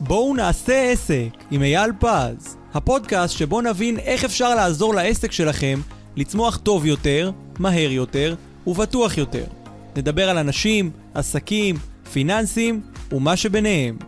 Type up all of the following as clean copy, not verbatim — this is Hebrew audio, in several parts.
בואו נעשה עסק עם אייל פז, הפודקאסט שבו נבין איך אפשר לעזור לעסק שלכם לצמוח טוב יותר, מהר יותר ובטוח יותר. נדבר על אנשים, עסקים, פיננסים ומה שביניהם.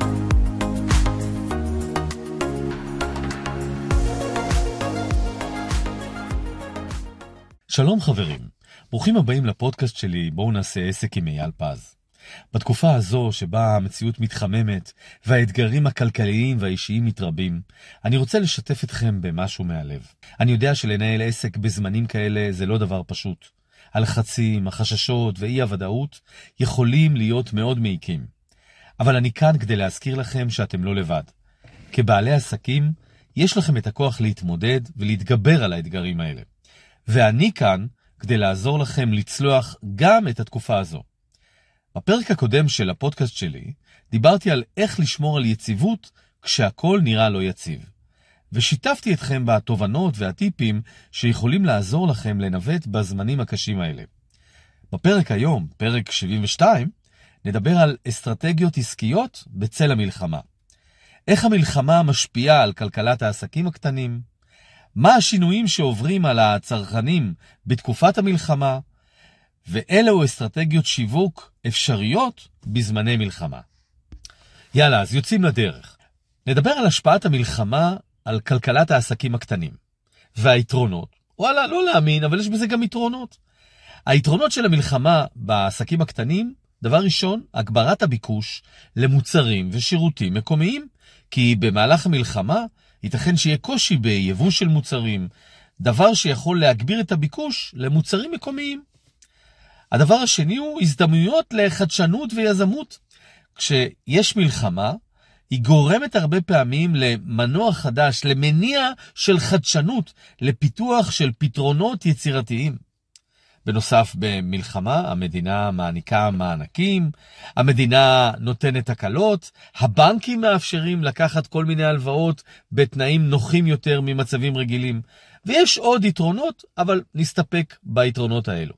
שלום חברים, ברוכים הבאים לפודקאסט שלי בואו נעשה עסק עם אייל פז. בתקופה הזו שבה המציאות מתחממת והאתגרים הכלכליים והאישיים מתרבים, אני רוצה לשתף אתכם במשהו מהלב. אני יודע שלנהל עסק בזמנים כאלה זה לא דבר פשוט. הלחצים, החששות ואי הוודאות יכולים להיות מאוד מעיקים. אבל אני כאן כדי להזכיר לכם שאתם לא לבד. כבעלי עסקים, יש לכם את הכוח להתמודד ולהתגבר על האתגרים האלה. ואני כאן כדי לעזור לכם לצלוח גם את התקופה הזו. בפרק הקודם של הפודקאסט שלי, דיברתי על איך לשמור על יציבות כשהכל נראה לא יציב. ושיתפתי אתכם בתובנות והטיפים שיכולים לעזור לכם לנווט בזמנים הקשים האלה. בפרק היום, פרק 72, נדבר על אסטרטגיות עסקיות בצל המלחמה. איך המלחמה משפיעה על כלכלת העסקים הקטנים, מה השינויים שעוברים על הצרכנים בתקופת המלחמה, ואילו אסטרטגיות שיווק אפשריות בזמני מלחמה. יאללה, אז יוצאים לדרך. נדבר על השפעת המלחמה על כלכלת העסקים הקטנים. והיתרונות, וואלה, לא להאמין, אבל יש בזה גם יתרונות. היתרונות של המלחמה בעסקים הקטנים, דבר ראשון, הגברת הביקוש למוצרים ושירותים מקומיים, כי במהלך המלחמה ייתכן שיהיה קושי ביבוא של מוצרים, דבר שיכול להגביר את הביקוש למוצרים מקומיים. הדבר השני הוא הזדמנויות לחדשנות ויזמות. כשיש מלחמה, היא גורמת הרבה פעמים למנוע חדש, למניע של חדשנות, לפיתוח של פתרונות יצירתיים. בנוסף, במלחמה, המדינה מעניקה מענקים, המדינה נותנת הקלות, הבנקים מאפשרים לקחת כל מיני הלוואות בתנאים נוחים יותר ממצבים רגילים. ויש עוד יתרונות, אבל נסתפק ביתרונות האלו.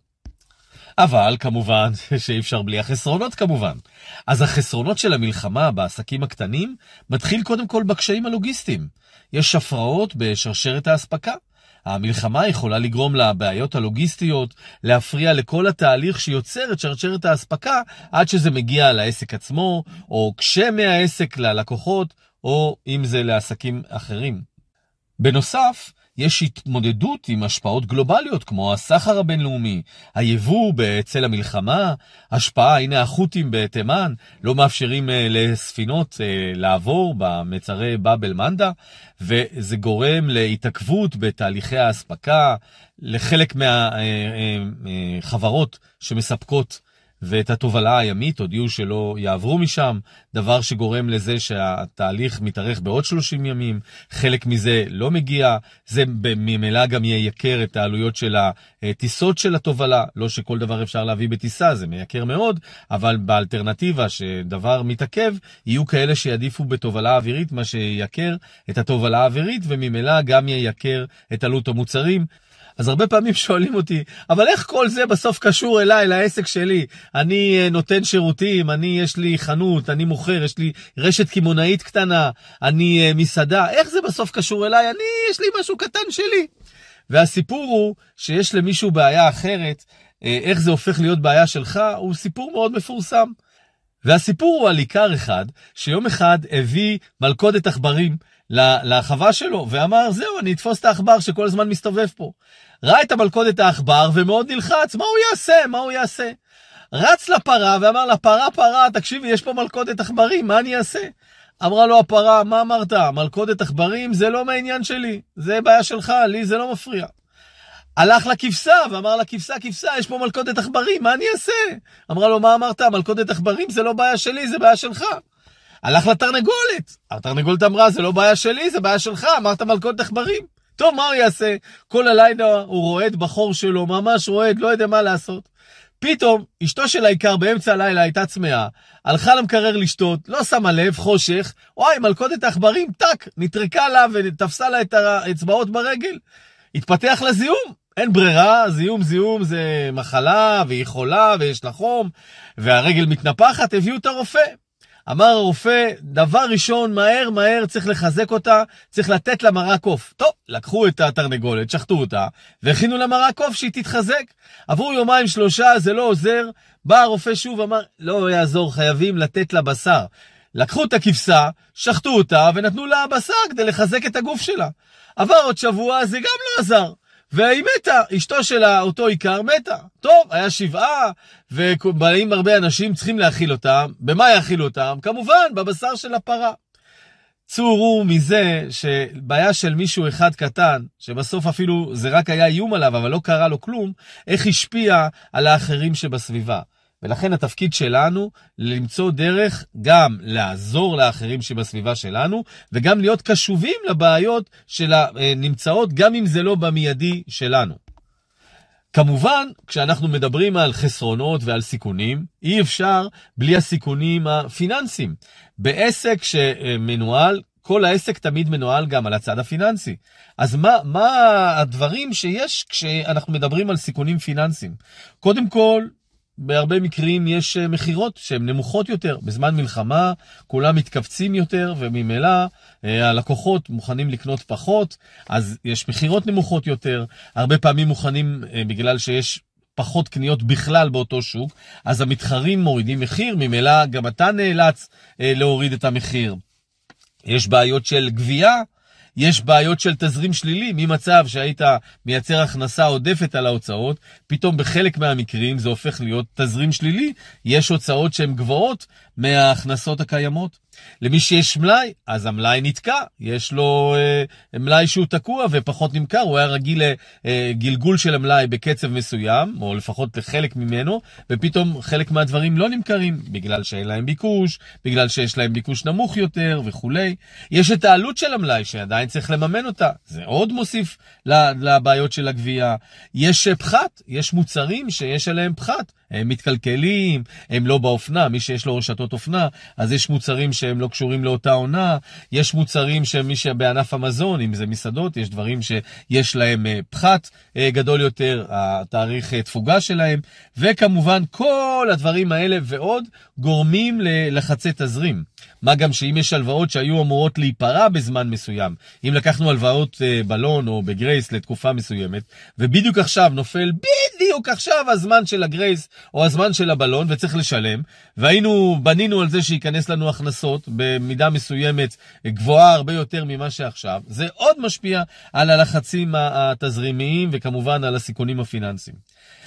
אבל כמובן שאי אפשר בלי החסרונות כמובן. אז החסרונות של המלחמה בעסקים הקטנים מתחיל קודם כל בקשיים הלוגיסטיים. יש הפרעות בשרשרת האספקה. המלחמה יכולה לגרום לבעיות הלוגיסטיות, להפריע לכל התהליך שיוצר את שרשרת האספקה עד שזה מגיע לעסק עצמו, או כשמהעסק ללקוחות, או אם זה לעסקים אחרים. בנוסף, יש התמודדות עם השפעות גלובליות כמו הסחר הבינלאומי, היבוא בצל המלחמה, השפעה, הנה החות'ים בתימן, לא מאפשרים לספינות לעבור במצרי באב אל-מנדב, וזה גורם להתעכבות בתהליכי האספקה, לחלק מהחברות שמספקות ואת התובלה הימית הודיעו שלא יעברו משם, דבר שגורם לזה שהתהליך מתארך בעוד 30 ימים, חלק מזה לא מגיע, זה ממילא גם ייקר את העלויות של הטיסות של התובלה, לא שכל דבר אפשר להביא בטיסה, זה מייקר מאוד, אבל באלטרנטיבה שדבר מתעכב, יהיו כאלה שיעדיפו בתובלה אווירית, מה שייקר את התובלה האווירית, וממילא גם ייקר את עלות המוצרים. אז הרבה פעמים שואלים אותי, אבל איך כל זה בסוף קשור אליי, לעסק שלי? אני נותן שירותים, יש לי חנות, אני מוכר, יש לי רשת קימונאית קטנה, אני מסעדה, איך זה בסוף קשור אליי? יש לי משהו קטן שלי. והסיפור הוא שיש למישהו בעיה אחרת, איך זה הופך להיות בעיה שלך, הוא סיפור מאוד מפורסם. והסיפור הוא על עיקר אחד, שיום אחד הביא מלכודת עכברים לחווה שלו, ואמר, זהו, אני אתפוס את העכבר שכל הזמן מסתובב פה. ראה את המלכודת העכבר ומאוד נלחץ, מה הוא יעשה? רץ לפרה ואמר לה, פרה, תקשיבי, יש פה מלכודת עכברים, מה אני אעשה? אמרה לו הפרה, מה אמרת? מלכודת עכברים זה לא מהעניין שלי, זה בעיה שלך, לי זה לא מפריע. הלך לכבשה ואמר לה, כבשה, יש פה מלכודת עכברים, מה אני אעשה? אמרה לו, מה אמרת? מלכודת עכברים זה לא בעיה שלי, זה בעיה שלך. הלך לתרנגולת, התרנגולת אמרה, זה לא בעיה שלי, זה בעיה שלך, אמרת מלכודת עכברים. טוב, מה הוא יעשה? כל הלילה הוא רועד בחור שלו, ממש רועד, לא יודע מה לעשות. פתאום, אשתו של העיקר באמצע הלילה הייתה צמאה, הלכה למקרר לשתות, לא שמה לב, חושך, וואי, מלכודת העכברים, טק, נטרקה לה ותפסה לה את האצבעות ברגל. התפתח לה זיהום, אין ברירה, זיהום זה מחלה, והיא חולה, ויש לה חום, והרגל מתנפחת, הביאו את הרופא. אמר הרופא, דבר ראשון, מהר, צריך לחזק אותה, צריך לתת לה מרק עוף. טוב, לקחו את התרנגולת, שחטו אותה, והכינו לה מרק עוף שהיא תתחזק. עברו 2-3, זה לא עוזר. בא הרופא שוב, אמר, לא יעזור, חייבים לתת לה בשר. לקחו את הכבשה, שחטו אותה, ונתנו לה בשר כדי לחזק את הגוף שלה. עבר עוד שבוע, זה גם לא עזר. והיא מתה, אשתו שלה, אותו עיקר, מתה. טוב, היה 7, ובאים הרבה אנשים, צריכים להאכיל אותם. במה יאכילו אותם? כמובן, בבשר של הפרה. צורו מזה שבעיה של מישהו אחד קטן, שבסוף אפילו זה רק היה איום עליו, אבל לא קרה לו כלום, איך השפיע על האחרים שבסביבה. ולכן התפקיד שלנו למצוא דרך גם לעזור לאחרים שבסביבה שלנו, וגם להיות קשובים לבעיות שנמצאות, גם אם זה לא במיידי שלנו. כמובן, כשאנחנו מדברים על חסרונות ועל סיכונים, אי אפשר בלי הסיכונים הפיננסיים. בעסק שמנוהל, כל העסק תמיד מנוהל גם על הצד הפיננסי. אז מה הדברים שיש כשאנחנו מדברים על סיכונים פיננסיים? קודם כל, בהרבה מקרים יש מחירות שהן נמוכות יותר. בזמן מלחמה כולם מתכווצים יותר, וממילא הלקוחות מוכנים לקנות פחות, אז יש מחירות נמוכות יותר. הרבה פעמים מוכנים בגלל שיש פחות קניות בכלל באותו שוק, אז המתחרים מורידים מחיר, ממילא גם אתה נאלץ להוריד את המחיר. יש בעיות של גבייה, יש בעיות של תזרים שלילי, ממצב שהיית מייצר הכנסה עודפת על ההוצאות, פתאום בחלק מהמקרים זה הופך להיות תזרים שלילי, יש הוצאות שהן גבוהות מההכנסות הקיימות. למי שיש מלאי, אז המלאי נתקע, יש לו מלאי שהוא תקוע ופחות נמכר, הוא היה רגיל לגלגול של המלאי בקצב מסוים, או לפחות לחלק ממנו, ופתאום חלק מהדברים לא נמכרים, בגלל שאין להם ביקוש, בגלל שיש להם ביקוש נמוך יותר וכו'. יש את העלות של המלאי שעדיין צריך לממן אותה, זה עוד מוסיף לבעיות של הגבייה. יש פחת, יש מוצרים שיש עליהם פחת, הם מתקלקלים, הם לא באופנה, מי שיש לו רשתות אופנה, אז יש מוצרים שהם לא קשורים לאותה עונה, יש מוצרים שמי שבענף המזון, אם זה מסעדות, יש דברים שיש להם פחת גדול יותר, התאריך תפוגה שלהם, וכמובן כל הדברים האלה ועוד גורמים ללחצי תזרים. מה גם שאם יש הלוואות שהיו אמורות להיפרע בזמן מסוים, אם לקחנו הלוואות בלון או בגרייס לתקופה מסוימת, ובדיוק עכשיו נופל בדיוק עכשיו הזמן של הגרייס או הזמן של הבלון וצריך לשלם, בנינו על זה שיכנס לנו הכנסות במידה מסוימת גבוהה הרבה יותר ממה שעכשיו, זה עוד משפיע על הלחצים התזרימיים וכמובן על הסיכונים הפיננסיים.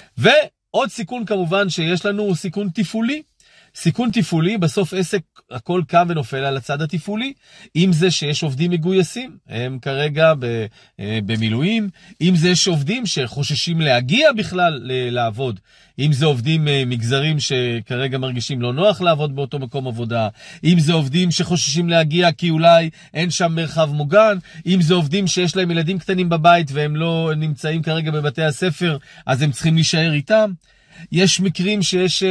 ועוד סיכון כמובן שיש לנו הוא סיכון תפעולי. סיכון תפעולי, בסוף עסק הכל קם ונופל על הצד התפעולי, אם זה שיש עובדים מגויסים, הם כרגע במילואים, אם זה יש עובדים שחוששים להגיע בכלל לעבוד, אם זה עובדים מגזרים שכרגע מרגישים לא נוח לעבוד באותו מקום עבודה, אם זה עובדים שחוששים להגיע כי אולי אין שם מרחב מוגן, אם זה עובדים שיש להם ילדים קטנים בבית והם לא נמצאים כרגע בבתי הספר, אז הם צריכים להישאר איתם. יש מקרים שיש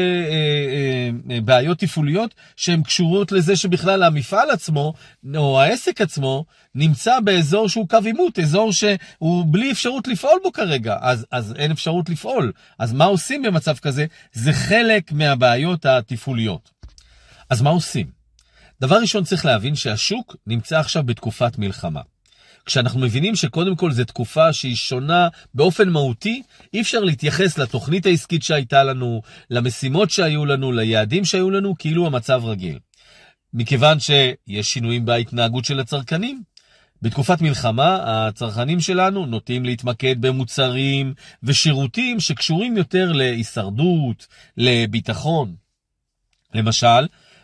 בעיות תפעוליות שהן קשורות לזה שבכלל המפעל עצמו או העסק עצמו נמצא באזור שהוא קו עימות, אזור שהוא בלי אפשרות לפעול בו כרגע, אז אין אפשרות לפעול. אז מה עושים במצב כזה? זה חלק מהבעיות התפעוליות. אז מה עושים? דבר ראשון צריך להבין שהשוק נמצא עכשיו בתקופת מלחמה. כשאנחנו מבינים שקודם כל זו תקופה שהיא שונה באופן מהותי, אי אפשר להתייחס לתוכנית העסקית שהייתה לנו, למשימות שהיו לנו, ליעדים שהיו לנו, כאילו המצב רגיל. מכיוון שיש שינויים בהתנהגות של הצרכנים. בתקופת מלחמה, הצרכנים שלנו נוטים להתמקד במוצרים ושירותים שקשורים יותר להישרדות, לביטחון. למשל,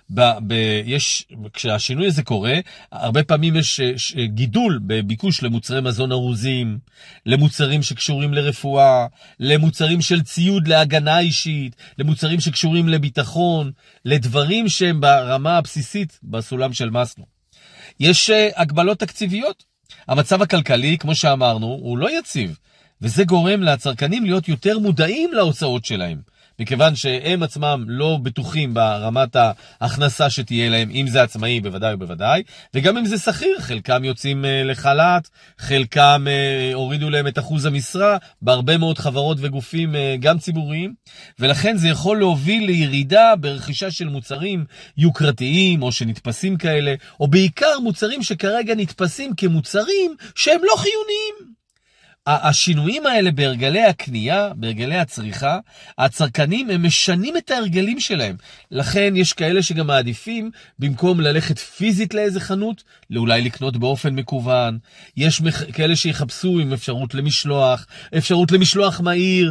כשהשינוי הזה קורה, הרבה פעמים יש גידול בביקוש למוצרי מזון ארוזים, למוצרים שקשורים לרפואה, למוצרים של ציוד להגנה אישית, למוצרים שקשורים לביטחון, לדברים שהם ברמה הבסיסית בסולם של מאסלו. יש הגבלות תקציביות. המצב הכלכלי, כמו שאמרנו, הוא לא יציב, וזה גורם לצרכנים להיות יותר מודעים להוצאות שלהם. מכיוון שהם עצמם לא בטוחים ברמת ההכנסה שתהיה להם, אם זה עצמאי בוודאי ובוודאי, וגם אם זה שכיר, חלקם יוצאים לחל"ת, חלקם הורידו להם את אחוז המשרה, בהרבה מאוד חברות וגופים גם ציבוריים, ולכן זה יכול להוביל לירידה ברכישה של מוצרים יוקרתיים, או שנתפסים כאלה, או בעיקר מוצרים שכרגע נתפסים כמוצרים שהם לא חיוניים. השינויים האלה בהרגלי הקנייה, בהרגלי הצריכה, הצרכנים הם משנים את ההרגלים שלהם. לכן יש כאלה שגם מעדיפים, במקום ללכת פיזית לאיזה חנות, אולי לקנות באופן מקוון. יש כאלה שיחפשו עם אפשרות למשלוח מהיר,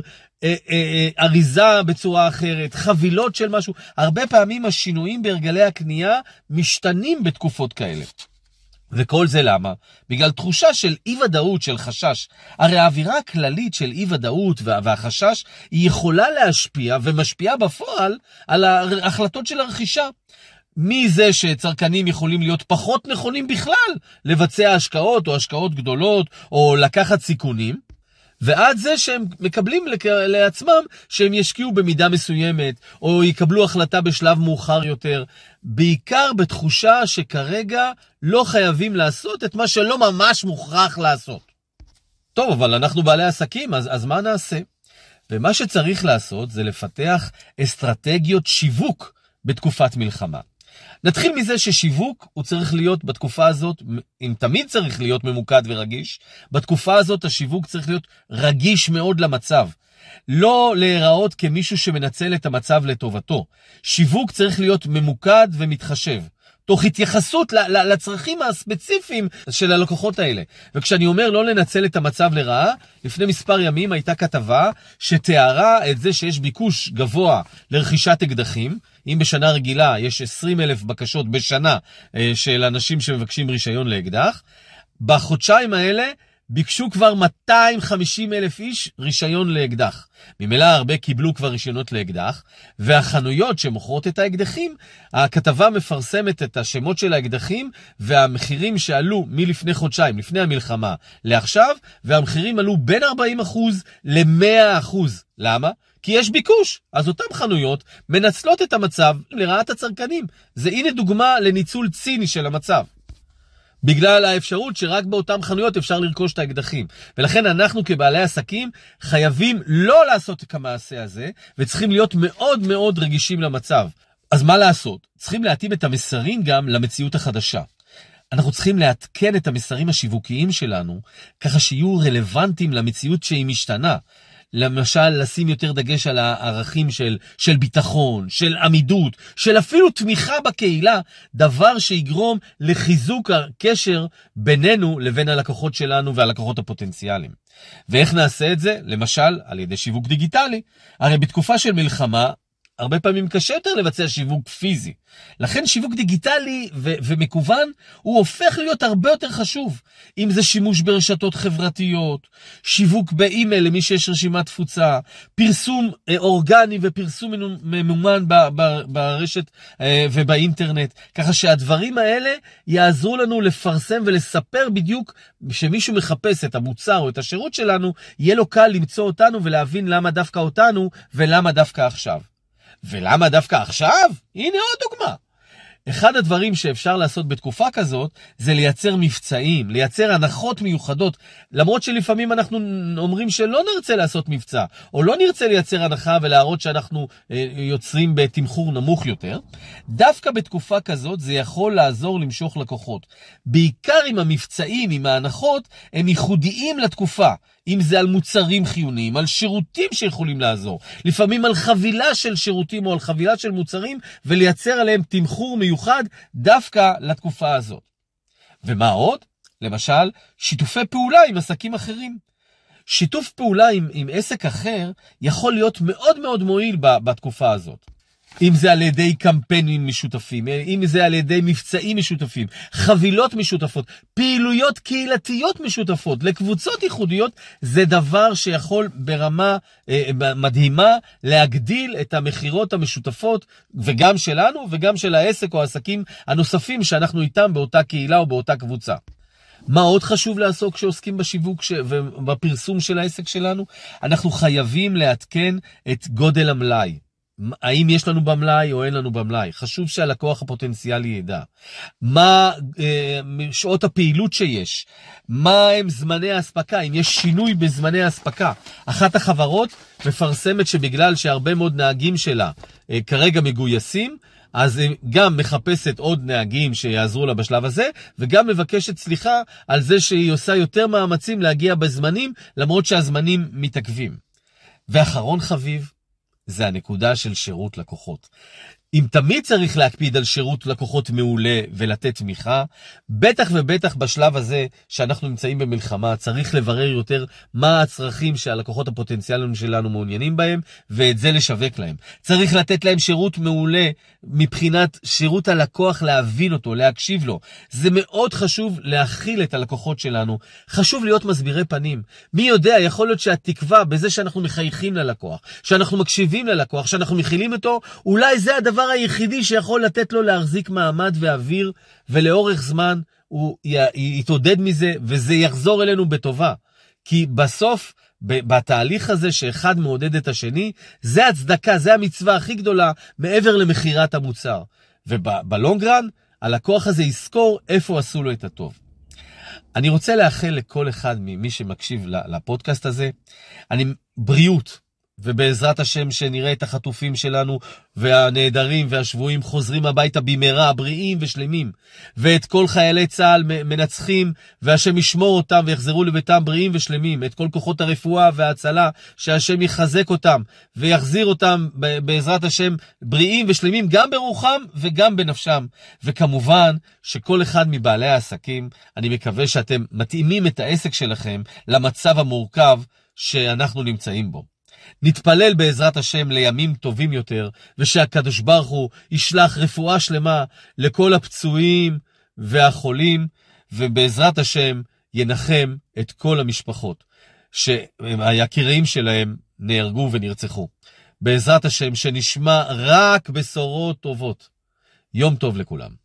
אריזה בצורה אחרת, חבילות של משהו. הרבה פעמים השינויים בהרגלי הקנייה משתנים בתקופות כאלה. וכל זה למה? בגלל תחושה של אי-ודאות, של חשש. הרי האווירה הכללית של אי-ודאות והחשש היא יכולה להשפיע ומשפיעה בפועל על ההחלטות של הרכישה. מזה שצרכנים יכולים להיות פחות נכונים בכלל לבצע השקעות או השקעות גדולות או לקחת סיכונים, ועד זה שהם מקבלים לעצמם שהם ישקיעו במידה מסוימת, או יקבלו החלטה בשלב מאוחר יותר, בעיקר בתחושה שכרגע לא חייבים לעשות את מה שלא ממש מוכרח לעשות. טוב, אבל אנחנו בעלי עסקים, אז מה נעשה? ומה שצריך לעשות זה לפתח אסטרטגיות שיווק בתקופת מלחמה. נתחיל מזה ששיווק הוא צריך להיות בתקופה הזאת, אם תמיד צריך להיות ממוקד ורגיש, בתקופה הזאת השיווק צריך להיות רגיש מאוד למצב. לא להיראות כמישהו שמנצל את המצב לטובתו. שיווק צריך להיות ממוקד ומתחשב, תוך התייחסות לצרכים הספציפיים של הלקוחות האלה. וכשאני אומר לא לנצל את המצב לרעה, לפני מספר ימים הייתה כתבה שתיארה את זה שיש ביקוש גבוה לרכישת אקדחים. אם בשנה רגילה יש 20,000 בקשות בשנה של אנשים שמבקשים רישיון לאקדח, בחודשיים האלה ביקשו כבר 250,000 איש רישיון לאקדח. ממילא הרבה קיבלו כבר רישיונות לאקדח, והחנויות שמוכרות את האקדחים, הכתבה מפרסמת את השמות של האקדחים, והמחירים שעלו מלפני חודשיים, לפני המלחמה, לעכשיו, והמחירים עלו בין 40% ל-100%. למה? כי יש ביקוש. אז אותם חנויות מנצלות את המצב לרעת הצרכנים. זה הנה דוגמה לניצול ציני של המצב. בגלל האפשרות שרק באותם חנויות אפשר לרכוש את האקדחים. ולכן אנחנו כבעלי עסקים חייבים לא לעשות את המעשה הזה, וצריכים להיות מאוד מאוד רגישים למצב. אז מה לעשות? צריכים להתאים את המסרים גם למציאות החדשה. אנחנו צריכים לעדכן את המסרים השיווקיים שלנו, ככה שיהיו רלוונטיים למציאות שהיא משתנה. למשל, לשים יותר דגש על הערכים של ביטחון, של עמידות, של אפילו תמיכה בקהילה, דבר שיגרום לחיזוק הקשר בינינו לבין הלקוחות שלנו והלקוחות הפוטנציאליים. ואיך נעשה את זה? למשל, על ידי שיווק דיגיטלי. הרי בתקופה של מלחמה, הרבה פעמים קשה יותר לבצע שיווק פיזי. לכן שיווק דיגיטלי ומקוון הוא הופך להיות הרבה יותר חשוב. אם זה שימוש ברשתות חברתיות, שיווק באימייל למי שיש רשימת תפוצה, פרסום אורגני ופרסום ממומן ברשת ובאינטרנט. ככה שהדברים האלה יעזרו לנו לפרסם ולספר בדיוק שמישהו מחפש את המוצר או את השירות שלנו, יהיה לו קל למצוא אותנו ולהבין למה דווקא אותנו ולמה דווקא עכשיו. ולמה דווקא עכשיו? הנה עוד דוגמה. אחד הדברים שאפשר לעשות בתקופה כזאת, זה לייצר מבצעים, לייצר הנחות מיוחדות, למרות שלפעמים אנחנו אומרים שלא נרצה לעשות מבצע, או לא נרצה לייצר הנחה ולהראות שאנחנו יוצרים בתמחור נמוך יותר. דווקא בתקופה כזאת זה יכול לעזור למשוך לקוחות. בעיקר עם המבצעים, עם ההנחות, הם ייחודיים לתקופה. אם זה על מוצרים חיוניים, על שירותים שיכולים לעזור, לפעמים על חבילה של שירותים או על חבילה של מוצרים, ולייצר עליהם תמחור מיוחד דווקא לתקופה הזאת. ומה עוד? למשל, שיתופי פעולה עם עסקים אחרים. שיתוף פעולה עם עסק אחר יכול להיות מאוד מאוד מועיל בתקופה הזאת. אם זה על ידי קמפיינים משותפים, אם זה על ידי מבצעים משותפים, חבילות משותפות, פעילויות קהילתיות משותפות, לקבוצות ייחודיות, זה דבר שיכול ברמה מדהימה להגדיל את המחירות המשותפות, וגם שלנו וגם של העסק או העסקים הנוספים שאנחנו איתם באותה קהילה או באותה קבוצה. מה עוד חשוב לעשות כשעוסקים בשיווק ובפרסום של העסק שלנו? אנחנו חייבים לעדכן את גודל המלאי. האם יש לנו במלאי או אין לנו במלאי. חשוב שהלקוח הפוטנציאלי ידע. מה שעות הפעילות שיש. מה הם זמני ההספקה. אם יש שינוי בזמני ההספקה. אחת החברות מפרסמת שבגלל שהרבה מאוד נהגים שלה כרגע מגויסים, אז היא גם מחפשת עוד נהגים שיעזרו לה בשלב הזה, וגם מבקשת סליחה על זה שהיא עושה יותר מאמצים להגיע בזמנים, למרות שהזמנים מתעכבים. ואחרון חביב, זה הנקודה של שירות לקוחות. אם תמיד צריך להקפיד על שירות לקוחות מעולה ולתת תמיכה, בטח ובטח בשלב הזה שאנחנו נמצאים במלחמה, צריך לברר יותר מה הצרכים שהלקוחות הפוטנציאליים שלנו מעוניינים בהם, ואת זה לשווק להם. צריך לתת להם שירות מעולה מבחינת שירות הלקוח, להבין אותו, להקשיב לו. זה מאוד חשוב להכיל את הלקוחות שלנו. חשוב להיות מסבירי פנים. מי יודע, יכול להיות שהתקווה בזה שאנחנו מחייכים ללקוח, שאנחנו מקשיבים ללקוח, שאנחנו מכילים אותו, אולי זה הדבר היחידי שיכול לתת לו להחזיק מעמד ואוויר, ולאורך זמן הוא יתעודד מזה, וזה יחזור אלינו בטובה. כי בסוף, בתהליך הזה שאחד מעודד את השני, זה הצדקה, זה המצווה הכי גדולה, מעבר למחירת המוצר. ובלונגרן, הלקוח הזה יזכור איפה עשו לו את הטוב. אני רוצה לאחל לכל אחד ממי שמקשיב לפודקאסט הזה, בריאות, ובעזרת השם שנראה את החטופים שלנו והנהדרים והשבויים חוזרים הביתה במהרה, בריאים ושלמים, ואת כל חיילי צה"ל מנצחים, והשם ישמור אותם ויחזרו לביתם בריאים ושלמים, את כל כוחות הרפואה וההצלה, שהשם יחזק אותם ויחזיר אותם בעזרת השם בריאים ושלמים, גם ברוחם וגם בנפשם. וכמובן שכל אחד מבעלי העסקים, אני מקווה שאתם מתאימים את העסק שלכם למצב המורכב שאנחנו נמצאים בו. נתפלל בעזרת השם לימים טובים יותר, ושהקדוש ברוך הוא ישלח רפואה שלמה לכל הפצועים והחולים, ובעזרת השם ינחם את כל המשפחות שהיקירים שלהם נהרגו ונרצחו. בעזרת השם שנשמע רק בשורות טובות. יום טוב לכולם.